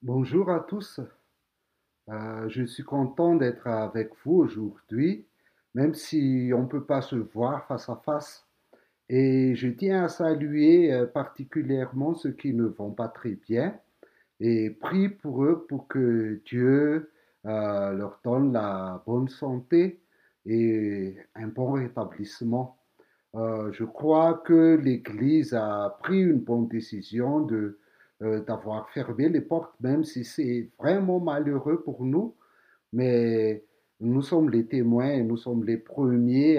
Bonjour à tous. Je suis content d'être avec vous aujourd'hui, même si on ne peut pas se voir face à face. Et je tiens à saluer particulièrement ceux qui ne vont pas très bien et prie pour eux pour que Dieu leur donne la bonne santé et un bon rétablissement. Je crois que l'Église a pris une bonne décision d'avoir fermé les portes, même si c'est vraiment malheureux pour nous, mais nous sommes les témoins et nous sommes les premiers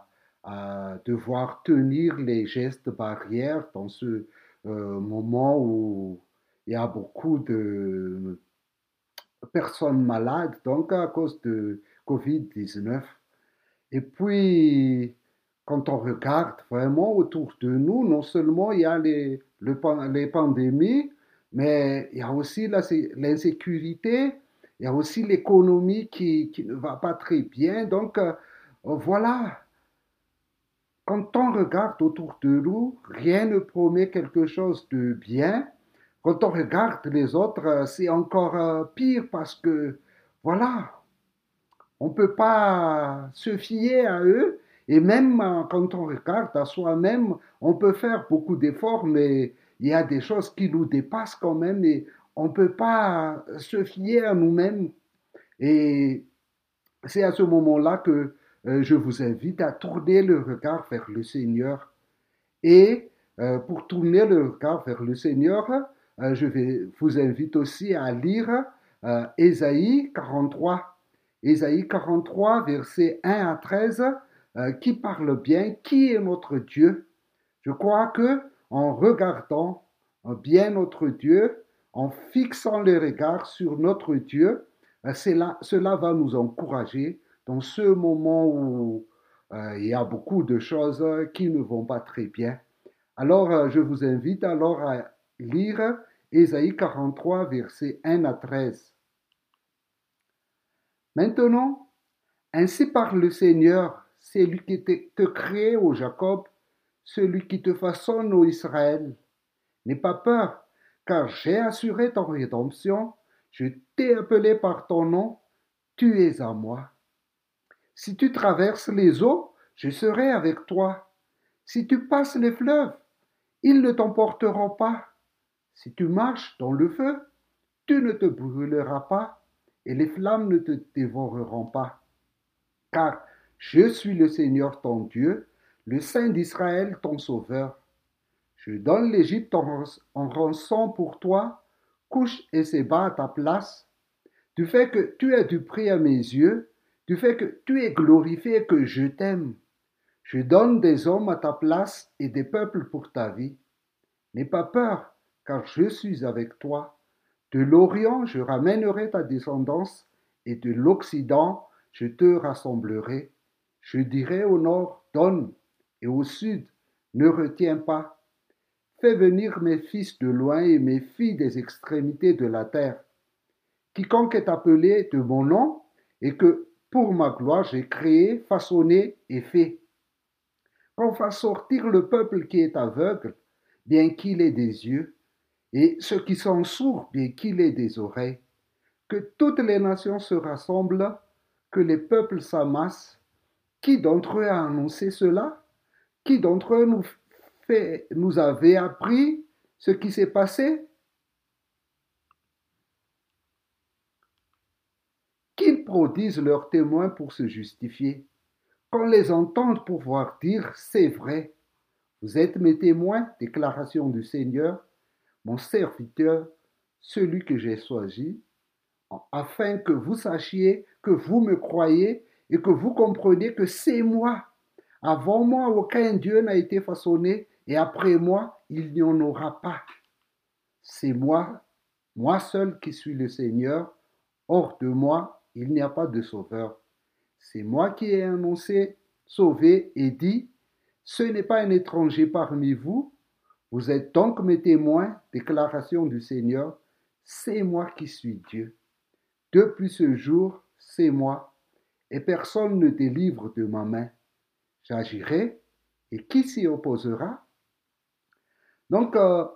à devoir tenir les gestes barrières dans ce moment où il y a beaucoup de personnes malades, donc à cause de Covid-19. Et puis, quand on regarde vraiment autour de nous, non seulement il y a les pandémies, mais il y a aussi l'insécurité, il y a aussi l'économie qui ne va pas très bien. Donc, voilà, quand on regarde autour de nous, rien ne promet quelque chose de bien. Quand on regarde les autres, c'est encore pire parce que, voilà, on ne peut pas se fier à eux. Et même quand on regarde à soi-même, on peut faire beaucoup d'efforts, mais il y a des choses qui nous dépassent quand même et on ne peut pas se fier à nous-mêmes. Et c'est à ce moment-là que je vous invite à tourner le regard vers le Seigneur. Et pour tourner le regard vers le Seigneur, je vous invite aussi à lire Ésaïe 43. Ésaïe 43, versets 1 à 13, qui parle bien qui est notre Dieu. Je crois que en regardant bien notre Dieu, en fixant les regards sur notre Dieu, cela va nous encourager dans ce moment où il y a beaucoup de choses qui ne vont pas très bien. Alors, je vous invite alors à lire Ésaïe 43, versets 1 à 13. Maintenant, ainsi parle le Seigneur, celui qui te crée, ô Jacob, celui qui te façonne, ô Israël. N'aie pas peur, car j'ai assuré ton rédemption, je t'ai appelé par ton nom, tu es à moi. Si tu traverses les eaux, je serai avec toi. Si tu passes les fleuves, ils ne t'emporteront pas. Si tu marches dans le feu, tu ne te brûleras pas, et les flammes ne te dévoreront pas. Car je suis le Seigneur ton Dieu, le Saint d'Israël ton Sauveur. Je donne l'Égypte en rançon pour toi, couche et Séba à ta place. Du fait que tu es du prix à mes yeux, du fait que tu es glorifié et que je t'aime. Je donne des hommes à ta place et des peuples pour ta vie. N'aie pas peur, car je suis avec toi. De l'Orient, je ramènerai ta descendance, et de l'Occident, je te rassemblerai. Je dirai au nord, donne, et au sud, ne retiens pas. Fais venir mes fils de loin et mes filles des extrémités de la terre. Quiconque est appelé de mon nom, et que pour ma gloire j'ai créé, façonné et fait. Qu'on fasse sortir le peuple qui est aveugle, bien qu'il ait des yeux, et ceux qui sont sourds, bien qu'il ait des oreilles. Que toutes les nations se rassemblent, que les peuples s'amassent. Qui d'entre eux a annoncé cela? Qui d'entre eux nous avait appris ce qui s'est passé? Qu'ils produisent leurs témoins pour se justifier. Qu'on les entende pour pouvoir dire c'est vrai. Vous êtes mes témoins, déclaration du Seigneur, mon serviteur, celui que j'ai choisi, afin que vous sachiez que vous me croyez et que vous compreniez que c'est moi. Avant moi, aucun Dieu n'a été façonné et après moi, il n'y en aura pas. C'est moi, moi seul qui suis le Seigneur. Hors de moi, il n'y a pas de sauveur. C'est moi qui ai annoncé, sauvé et dit, ce n'est pas un étranger parmi vous. Vous êtes donc mes témoins, déclaration du Seigneur. C'est moi qui suis Dieu. Depuis ce jour, c'est moi, et personne ne délivre de ma main. J'agirai, et qui s'y opposera? Donc,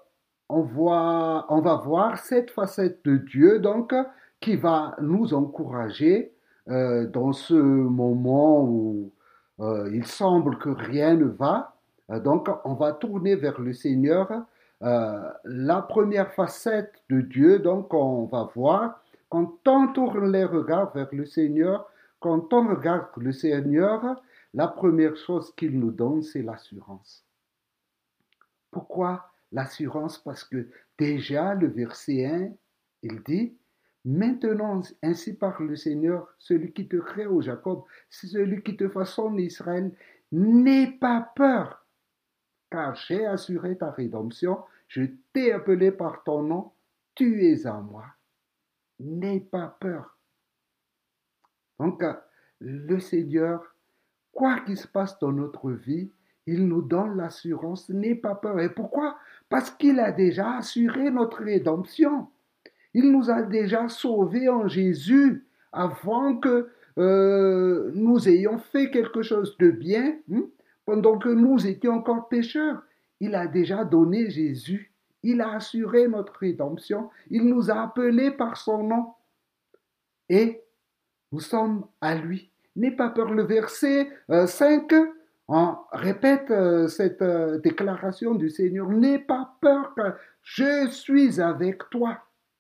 on va voir cette facette de Dieu donc qui va nous encourager dans ce moment où il semble que rien ne va. Donc on va tourner vers le Seigneur. La première facette de Dieu, donc on va voir quand on tourne les regards vers le Seigneur, quand on regarde le Seigneur, la première chose qu'il nous donne, c'est l'assurance. Pourquoi l'assurance? Parce que déjà, le verset 1, il dit, maintenant, ainsi parle le Seigneur, celui qui te crée, ô Jacob, c'est celui qui te façonne, Israël, n'aie pas peur, car j'ai assuré ta rédemption, je t'ai appelé par ton nom, tu es à moi. N'aie pas peur. Donc, le Seigneur, quoi qu'il se passe dans notre vie, il nous donne l'assurance, n'aie pas peur. Et pourquoi? Parce qu'il a déjà assuré notre rédemption. Il nous a déjà sauvés en Jésus avant que nous ayons fait quelque chose de bien, pendant que nous étions encore pécheurs. Il a déjà donné Jésus. Il a assuré notre rédemption. Il nous a appelés par son nom. Et nous sommes à lui. N'aie pas peur. Le verset 5, on répète cette déclaration du Seigneur. N'aie pas peur, car je suis avec toi.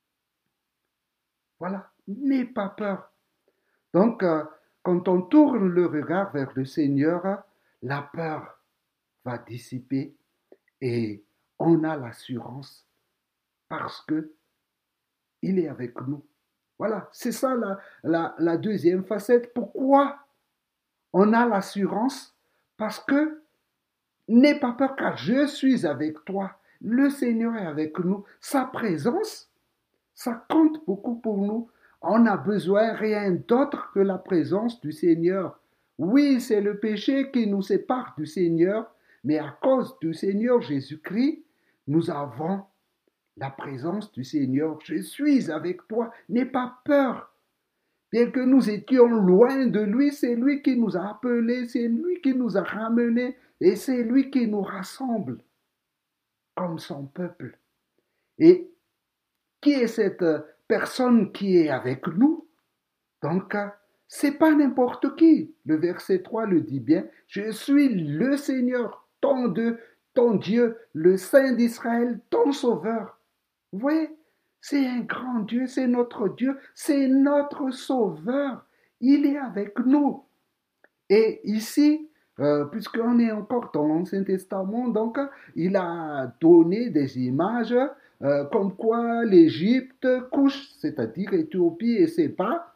Voilà, n'aie pas peur. Donc, quand on tourne le regard vers le Seigneur, la peur va dissiper et on a l'assurance parce que il est avec nous. Voilà, c'est ça la deuxième facette. Pourquoi on a l'assurance? Parce que n'aie pas peur car je suis avec toi. Le Seigneur est avec nous. Sa présence, ça compte beaucoup pour nous. On n'a besoin rien d'autre que la présence du Seigneur. Oui, c'est le péché qui nous sépare du Seigneur, mais à cause du Seigneur Jésus-Christ, nous avons la présence du Seigneur. Je suis avec toi, n'aie pas peur. Bien que nous étions loin de lui, c'est lui qui nous a appelés, c'est lui qui nous a ramenés et c'est lui qui nous rassemble comme son peuple. Et qui est cette personne qui est avec nous? Donc, c'est pas n'importe qui. Le verset 3 le dit bien. Je suis le Seigneur, ton Dieu, le Saint d'Israël, ton Sauveur. Vous voyez, c'est un grand Dieu, c'est notre Dieu, c'est notre Sauveur. Il est avec nous. Et ici, puisqu'on est encore dans l'Ancien Testament, donc il a donné des images comme quoi l'Égypte couche, c'est-à-dire Éthiopie et Séba,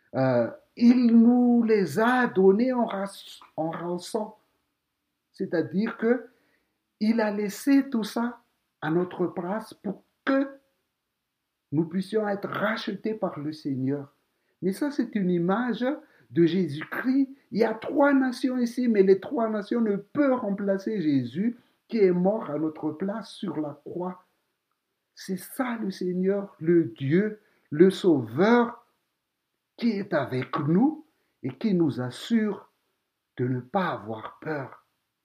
il nous les a donnés en rançon. C'est-à-dire que il a laissé tout ça à notre place pour que nous puissions être rachetés par le Seigneur. Mais ça, c'est une image de Jésus-Christ. Il y a 3 nations ici, mais les 3 nations ne peuvent remplacer Jésus qui est mort à notre place sur la croix. C'est ça le Seigneur, le Dieu, le Sauveur qui est avec nous et qui nous assure de ne pas avoir peur.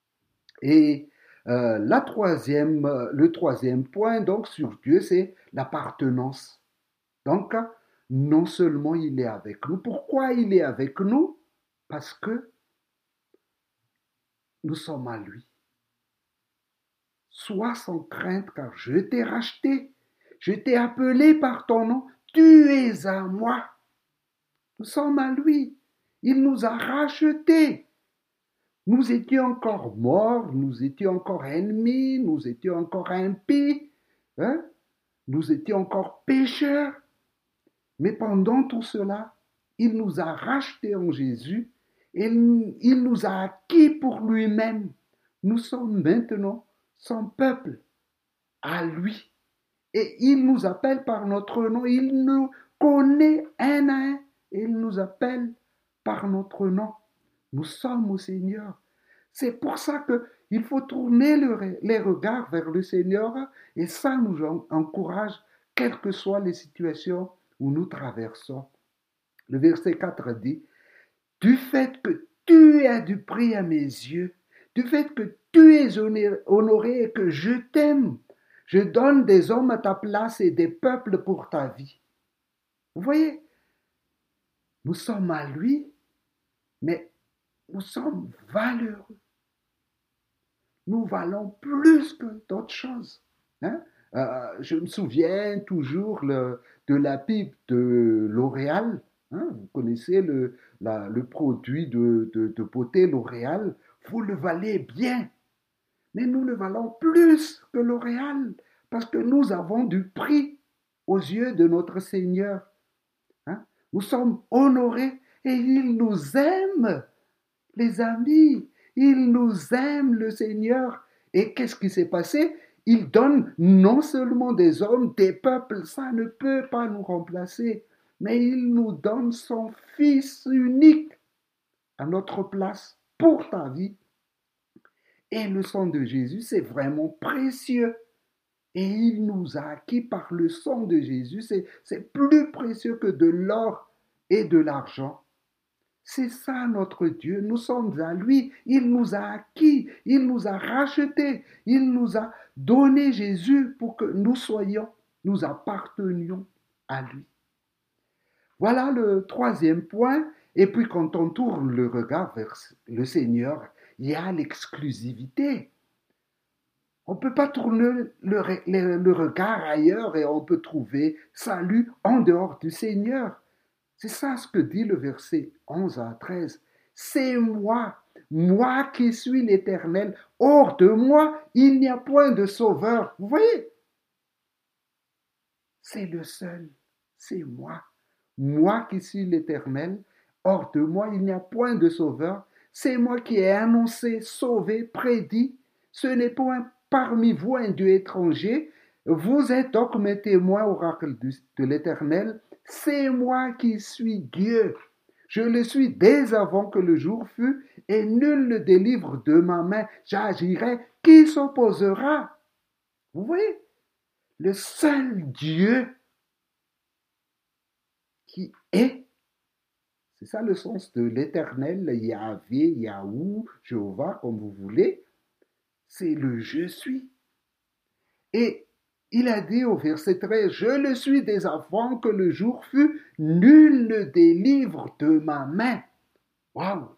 Et le troisième point donc sur Dieu, c'est l'appartenance. Donc, non seulement il est avec nous, pourquoi il est avec nous? Parce que nous sommes à lui. Sois sans crainte, car je t'ai racheté, je t'ai appelé par ton nom, tu es à moi. Nous sommes à lui. Il nous a rachetés. Nous étions encore morts, nous étions encore ennemis, nous étions encore impies, hein? Nous étions encore pécheurs. Mais pendant tout cela, il nous a rachetés en Jésus et il nous a acquis pour lui-même. Nous sommes maintenant son peuple, à lui. Et il nous appelle par notre nom, il nous connaît un à un et il nous appelle par notre nom. Nous sommes au Seigneur. C'est pour ça qu'il faut tourner les regards vers le Seigneur et ça nous encourage, quelles que soient les situations où nous traversons. Le verset 4 dit, du fait que tu as du prix à mes yeux, du fait que tu es honoré et que je t'aime, Je donne des hommes à ta place et des peuples pour ta vie. Vous voyez, nous sommes à lui, mais nous sommes valeureux. Nous valons plus que d'autres choses. Hein? Je me souviens toujours de la pipe de L'Oréal. Hein? Vous connaissez le produit de beauté L'Oréal. Vous le valez bien, mais nous le valons plus que L'Oréal parce que nous avons du prix aux yeux de notre Seigneur. Hein? Nous sommes honorés et il nous aime, les amis. Il nous aime, le Seigneur. Et qu'est-ce qui s'est passé? Il donne non seulement des hommes, des peuples, ça ne peut pas nous remplacer, mais il nous donne son Fils unique à notre place pour ta vie. Et le sang de Jésus, c'est vraiment précieux. Et il nous a acquis par le sang de Jésus. C'est plus précieux que de l'or et de l'argent. C'est ça notre Dieu. Nous sommes à lui. Il nous a acquis. Il nous a rachetés. Il nous a donné Jésus pour que nous appartenions à lui. Voilà le troisième point. Et puis quand on tourne le regard vers le Seigneur, il y a l'exclusivité. On ne peut pas tourner le regard ailleurs et on peut trouver salut en dehors du Seigneur. C'est ça ce que dit le verset 11 à 13. C'est moi qui suis l'Éternel. Hors de moi, il n'y a point de sauveur. Vous voyez? C'est le seul. C'est moi qui suis l'Éternel. Hors de moi, il n'y a point de sauveur. C'est moi qui ai annoncé, sauvé, prédit. Ce n'est point parmi vous un Dieu étranger. Vous êtes donc mes témoins, oracle de l'Éternel. C'est moi qui suis Dieu. Je le suis dès avant que le jour fût, et nul ne délivre de ma main. J'agirai. Qui s'opposera? Vous voyez? Le seul Dieu qui est, c'est ça le sens de l'Éternel, Yahvé, Yahou, Jéhovah, comme vous voulez, c'est le je suis. Et il a dit au verset 13, je le suis dès avant que le jour fût, nul ne délivre de ma main. Waouh!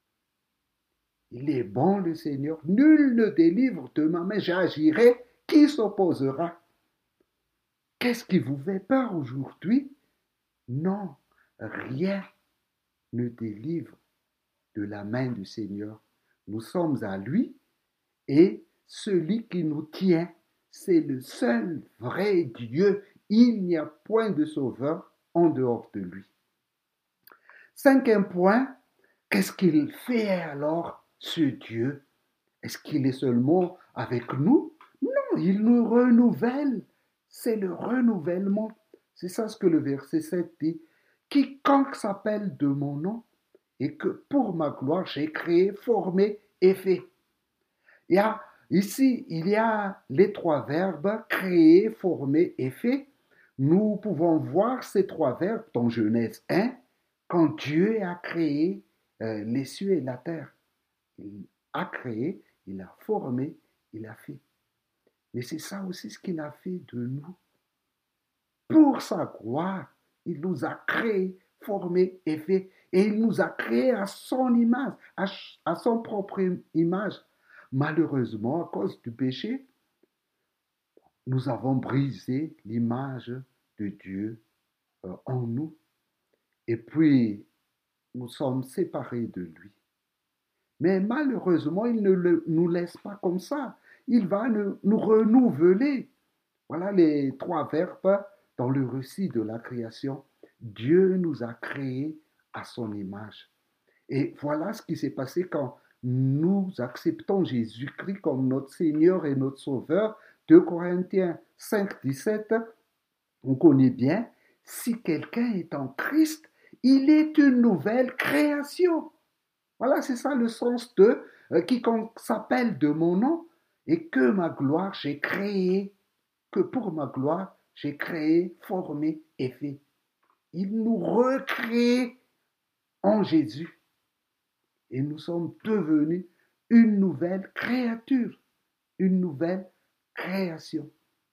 Il est bon le Seigneur, nul ne délivre de ma main, j'agirai, qui s'opposera? Qu'est-ce qui vous fait peur aujourd'hui? Non, rien ne délivre de la main du Seigneur. Nous sommes à lui et celui qui nous tient, c'est le seul vrai Dieu. Il n'y a point de sauveur en dehors de lui. Cinquième point, qu'est-ce qu'il fait alors, ce Dieu? Est-ce qu'il est seulement avec nous? Non, il nous renouvelle. C'est le renouvellement. C'est ça ce que le verset 7 dit. Quiconque s'appelle de mon nom et que pour ma gloire j'ai créé, formé et fait. Ici, il y a les trois verbes créer, former et fait. Nous pouvons voir ces trois verbes dans Genèse 1, quand Dieu a créé les cieux et la terre. Il a créé, il a formé, il a fait. Mais c'est ça aussi ce qu'il a fait de nous. Pour sa gloire, il nous a créés, formés et fait. Et il nous a créés à son image, à son propre image. Malheureusement, à cause du péché, nous avons brisé l'image de Dieu en nous. Et puis, nous sommes séparés de lui. Mais malheureusement, il ne nous laisse pas comme ça. Il va nous renouveler. Voilà les trois verbes dans le récit de la création. Dieu nous a créés à son image. Et voilà ce qui s'est passé quand nous acceptons Jésus-Christ comme notre Seigneur et notre Sauveur. 2 Corinthiens 5, 17, on connaît bien, si quelqu'un est en Christ, il est une nouvelle création. Voilà, c'est ça le sens de quiconque s'appelle de mon nom et que ma gloire j'ai créé, que pour ma gloire j'ai créé, formé et fait. Il nous recrée en Jésus et nous sommes devenus une nouvelle créature, une nouvelle création.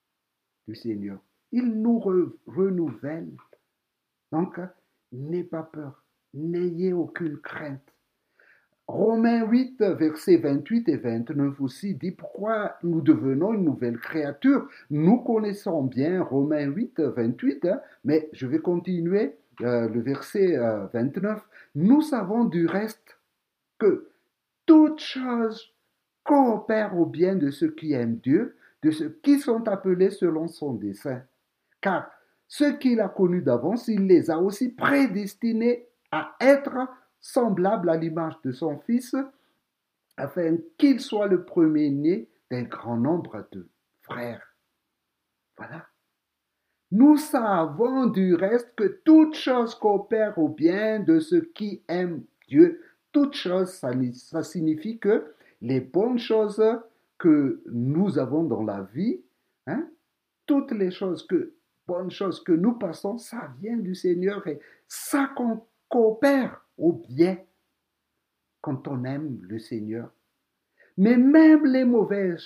du Seigneur. Il nous renouvelle. Donc, n'ayez pas peur, n'ayez aucune crainte. Romains 8, versets 28 et 29 aussi dit pourquoi nous devenons une nouvelle créature. Nous connaissons bien Romains 8, 28, mais je vais continuer le verset 29. Nous savons du reste que toutes choses coopèrent au bien de ceux qui aiment Dieu, de ceux qui sont appelés selon son dessein. Car ceux qu'il a connus d'avance, il les a aussi prédestinés à être semblables à l'image de son Fils, afin qu'il soit le premier-né d'un grand nombre de frères. Voilà. Nous savons du reste que toute chose coopère au bien de ceux qui aiment Dieu. Toute chose, ça signifie que les bonnes choses que nous avons dans la vie, toutes les bonnes choses que nous passons, ça vient du Seigneur et ça coopère au bien quand on aime le Seigneur. Mais même les mauvaises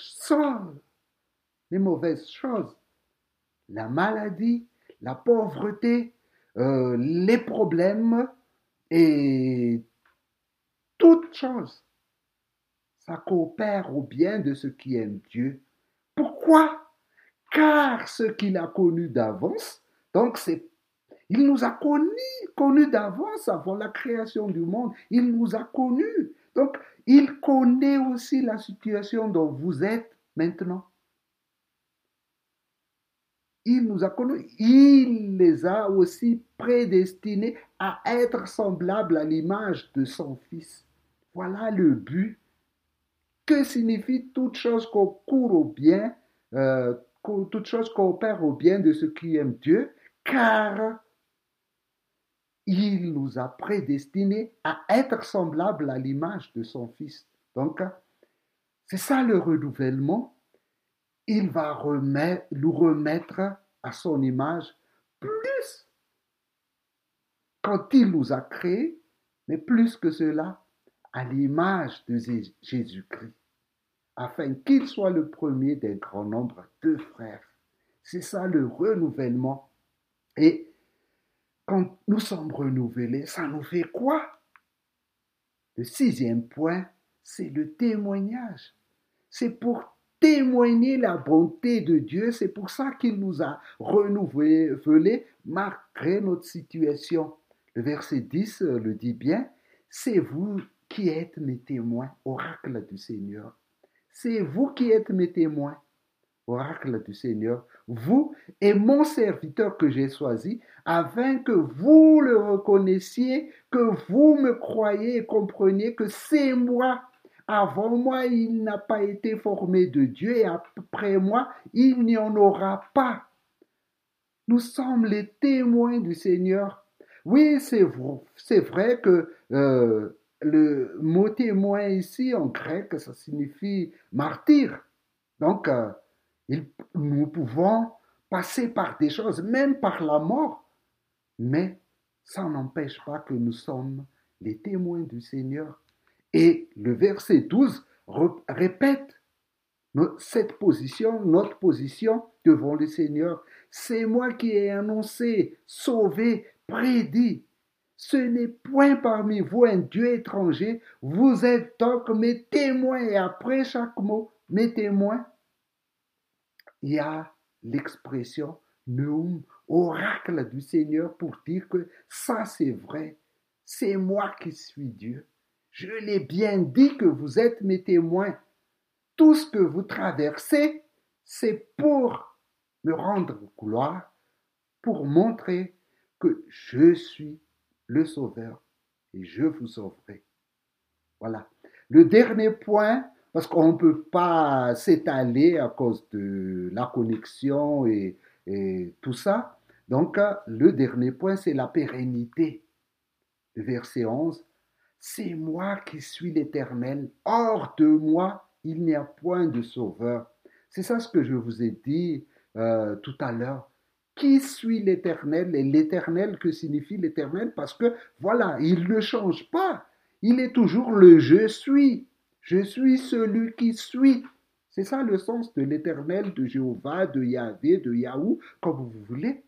choses, la maladie, la pauvreté, les problèmes et toutes choses, ça coopère au bien de ceux qui aiment Dieu. Pourquoi? Car ce qu'il a connu d'avance, donc il nous a connus d'avance avant la création du monde, il nous a connus. Donc, il connaît aussi la situation dont vous êtes maintenant. Il nous a connus, il les a aussi prédestinés à être semblables à l'image de son Fils. Voilà le but. Que signifie toute chose concourt au bien, toute chose coopère au bien de ceux qui aiment Dieu, car il nous a prédestinés à être semblables à l'image de son Fils. Donc, c'est ça le renouvellement. Il va nous remettre à son image plus quand il nous a créés, mais plus que cela, à l'image de Jésus-Christ, afin qu'il soit le premier d'un grand nombre de frères. C'est ça le renouvellement. Et quand nous sommes renouvelés, ça nous fait quoi? Le 6e point, c'est le témoignage. C'est pour témoigner la bonté de Dieu. C'est pour ça qu'il nous a renouvelés malgré notre situation. Le verset 10 le dit bien. C'est vous qui êtes mes témoins, oracle du Seigneur. C'est vous qui êtes mes témoins, oracle du Seigneur. Vous et mon serviteur que j'ai choisi, afin que vous le reconnaissiez, que vous me croyez et compreniez que c'est moi. Avant moi, il n'a pas été formé de Dieu et après moi, il n'y en aura pas. Nous sommes les témoins du Seigneur. Oui, c'est vrai que le mot témoin ici en grec, ça signifie martyr. Donc, nous pouvons passer par des choses, même par la mort, mais ça n'empêche pas que nous sommes les témoins du Seigneur. Et le verset 12 répète cette position, notre position devant le Seigneur. C'est moi qui ai annoncé, sauvé, prédit. Ce n'est point parmi vous un Dieu étranger. Vous êtes donc mes témoins. Et après chaque mot, mes témoins, il y a l'expression Neum, oracle du Seigneur, pour dire que ça c'est vrai. C'est moi qui suis Dieu. Je l'ai bien dit que vous êtes mes témoins. Tout ce que vous traversez, c'est pour me rendre gloire, pour montrer que je suis le Sauveur et je vous sauverai. Voilà. Le dernier point, parce qu'on ne peut pas s'étaler à cause de la connexion et tout ça. Donc, le dernier point, c'est la pérennité. Le verset 11. C'est moi qui suis l'Éternel. Hors de moi, il n'y a point de sauveur. C'est ça ce que je vous ai dit tout à l'heure. Qui suit l'Éternel? Et l'Éternel, que signifie l'Éternel? Parce que, voilà, il ne change pas. Il est toujours le je suis. Je suis celui qui suis. C'est ça le sens de l'Éternel, de Jéhovah, de Yahvé, de Yahou, comme vous voulez.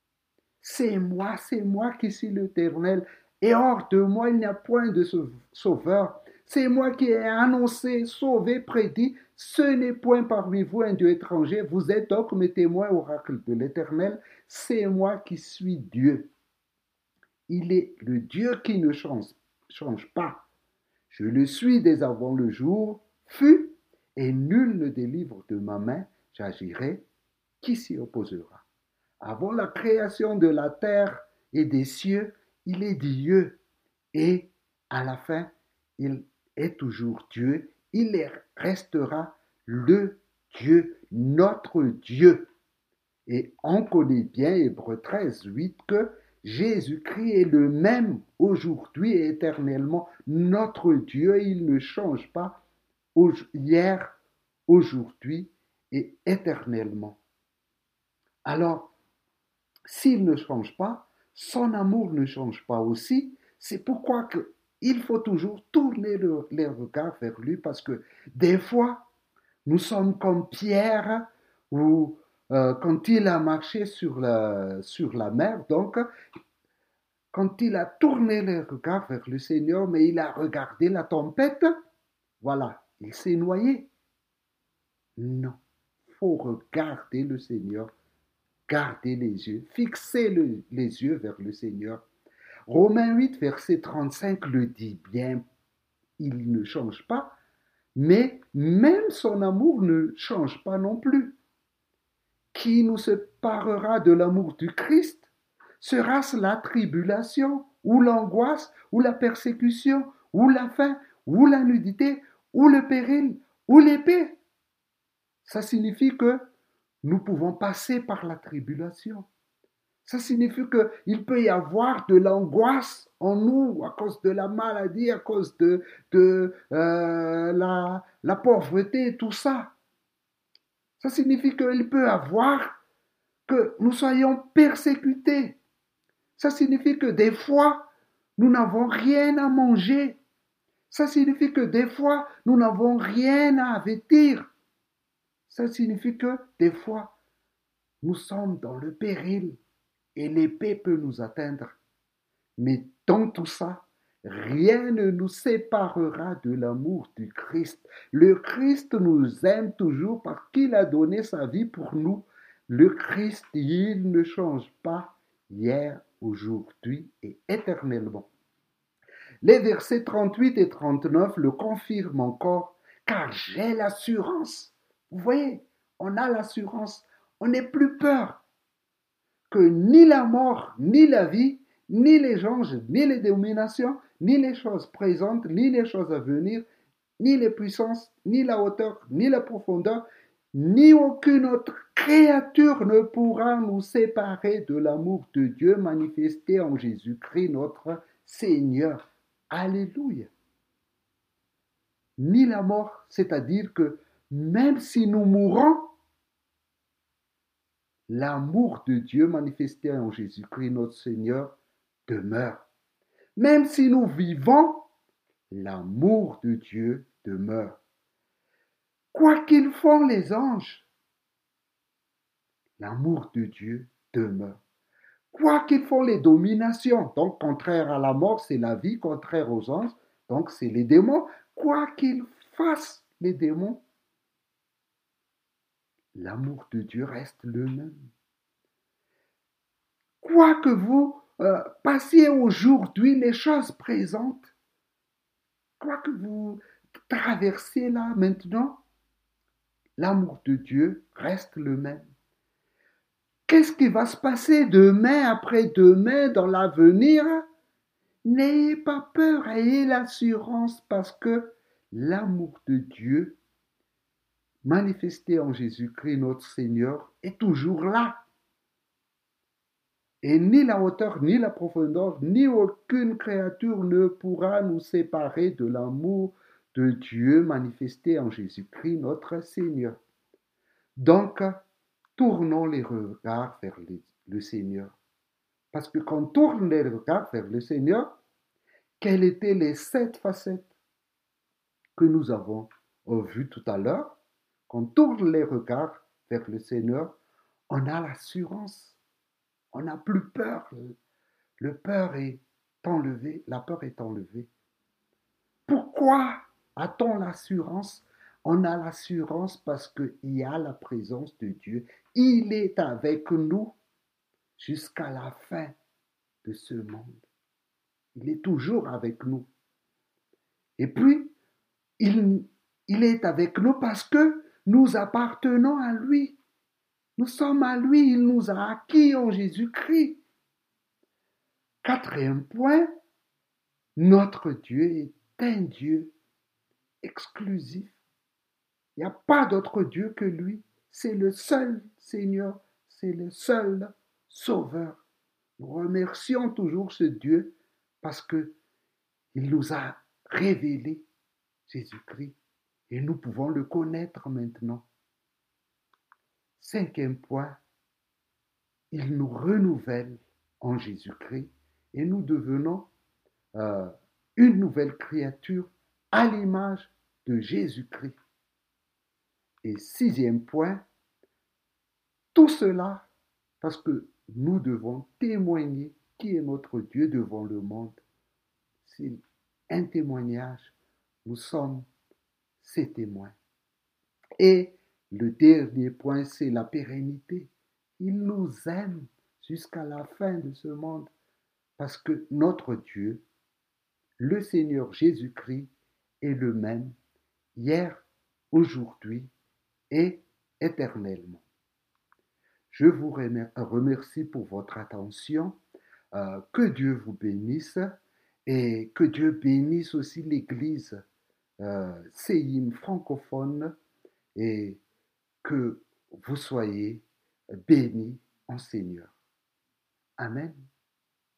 C'est moi qui suis l'Éternel. Et hors de moi, il n'y a point de sauveur. C'est moi qui ai annoncé, sauvé, prédit. Ce n'est point parmi vous un Dieu étranger. Vous êtes donc mes témoins, oracle de l'Éternel. C'est moi qui suis Dieu. Il est le Dieu qui ne change pas. Je le suis dès avant le jour fut, et nul ne délivre de ma main. J'agirai. Qui s'y opposera? Avant la création de la terre et des cieux, il est Dieu. Et à la fin, il est toujours Dieu. Il restera le Dieu, notre Dieu. Et on connaît bien, Hébreux 13, 8, que Jésus-Christ est le même aujourd'hui et éternellement. Notre Dieu, il ne change pas hier, aujourd'hui et éternellement. Alors, s'il ne change pas, son amour ne change pas aussi. C'est pourquoi il faut toujours tourner les regards vers lui, parce que des fois, nous sommes comme Pierre, ou quand il a marché sur la mer, donc quand il a tourné les regards vers le Seigneur, mais il a regardé la tempête, voilà, il s'est noyé. Non, il faut regarder le Seigneur. Gardez les yeux, fixez les yeux vers le Seigneur. Romains 8, verset 35 le dit bien, il ne change pas, mais même son amour ne change pas non plus. Qui nous séparera de l'amour du Christ? Sera-ce la tribulation, ou l'angoisse, ou la persécution, ou la faim, ou la nudité, ou le péril, ou l'épée? Ça signifie que nous pouvons passer par la tribulation. Ça signifie qu'il peut y avoir de l'angoisse en nous à cause de la maladie, à cause de la pauvreté, tout ça. Ça signifie qu'il peut y avoir que nous soyons persécutés. Ça signifie que des fois, nous n'avons rien à manger. Ça signifie que des fois, nous n'avons rien à vêtir. Ça signifie que des fois, nous sommes dans le péril. Et l'épée peut nous atteindre. Mais dans tout ça, rien ne nous séparera de l'amour du Christ. Le Christ nous aime toujours parce qu'il a donné sa vie pour nous. Le Christ, il ne change pas hier, aujourd'hui et éternellement. Les versets 38 et 39 le confirment encore, car j'ai l'assurance. Vous voyez, on a l'assurance, on n'est plus peur. Que ni la mort, ni la vie, ni les anges, ni les dominations, ni les choses présentes, ni les choses à venir, ni les puissances, ni la hauteur, ni la profondeur, ni aucune autre créature ne pourra nous séparer de l'amour de Dieu manifesté en Jésus-Christ notre Seigneur. Alléluia. Ni la mort, c'est-à-dire que même si nous mourons, l'amour de Dieu manifesté en Jésus-Christ notre Seigneur demeure. Même si nous vivons, l'amour de Dieu demeure. Quoi qu'ils font les anges, l'amour de Dieu demeure. Quoi qu'ils font les dominations, donc contraire à la mort, c'est la vie, contraire aux anges, donc c'est les démons. Quoi qu'ils fassent les démons, l'amour de Dieu reste le même. Quoi que vous passiez aujourd'hui les choses présentes, quoi que vous traversez là maintenant, l'amour de Dieu reste le même. Qu'est-ce qui va se passer demain, après-demain, dans l'avenir? N'ayez pas peur, ayez l'assurance parce que l'amour de Dieu, manifesté en Jésus-Christ notre Seigneur, est toujours là. Et ni la hauteur, ni la profondeur, ni aucune créature ne pourra nous séparer de l'amour de Dieu manifesté en Jésus-Christ notre Seigneur. Donc, tournons les regards vers le Seigneur. Parce que quand on tourne les regards vers le Seigneur, quelles étaient les 7 facettes que nous avons vues tout à l'heure? Quand on tourne les regards vers le Seigneur, on a l'assurance, on n'a plus peur. Le peur est enlevé, la peur est enlevée. Pourquoi a-t-on l'assurance? On a l'assurance parce qu'il y a la présence de Dieu. Il est avec nous jusqu'à la fin de ce monde. Il est toujours avec nous. Et puis, il est avec nous parce que nous appartenons à lui. Nous sommes à lui. Il nous a acquis en Jésus-Christ. Quatrième point, notre Dieu est un Dieu exclusif. Il n'y a pas d'autre Dieu que lui. C'est le seul Seigneur. C'est le seul Sauveur. Nous remercions toujours ce Dieu parce qu'il nous a révélé Jésus-Christ et nous pouvons le connaître maintenant. Cinquième point, il nous renouvelle en Jésus-Christ et nous devenons une nouvelle créature à l'image de Jésus-Christ. Et sixième point, tout cela parce que nous devons témoigner qui est notre Dieu devant le monde. C'est un témoignage. Nous sommes ses témoins. Et le dernier point, c'est la pérennité. Il nous aime jusqu'à la fin de ce monde parce que notre Dieu, le Seigneur Jésus-Christ, est le même hier, aujourd'hui et éternellement. Je vous remercie pour votre attention. Que Dieu vous bénisse et que Dieu bénisse aussi l'Église Séhim francophone et que vous soyez bénis en Seigneur. Amen.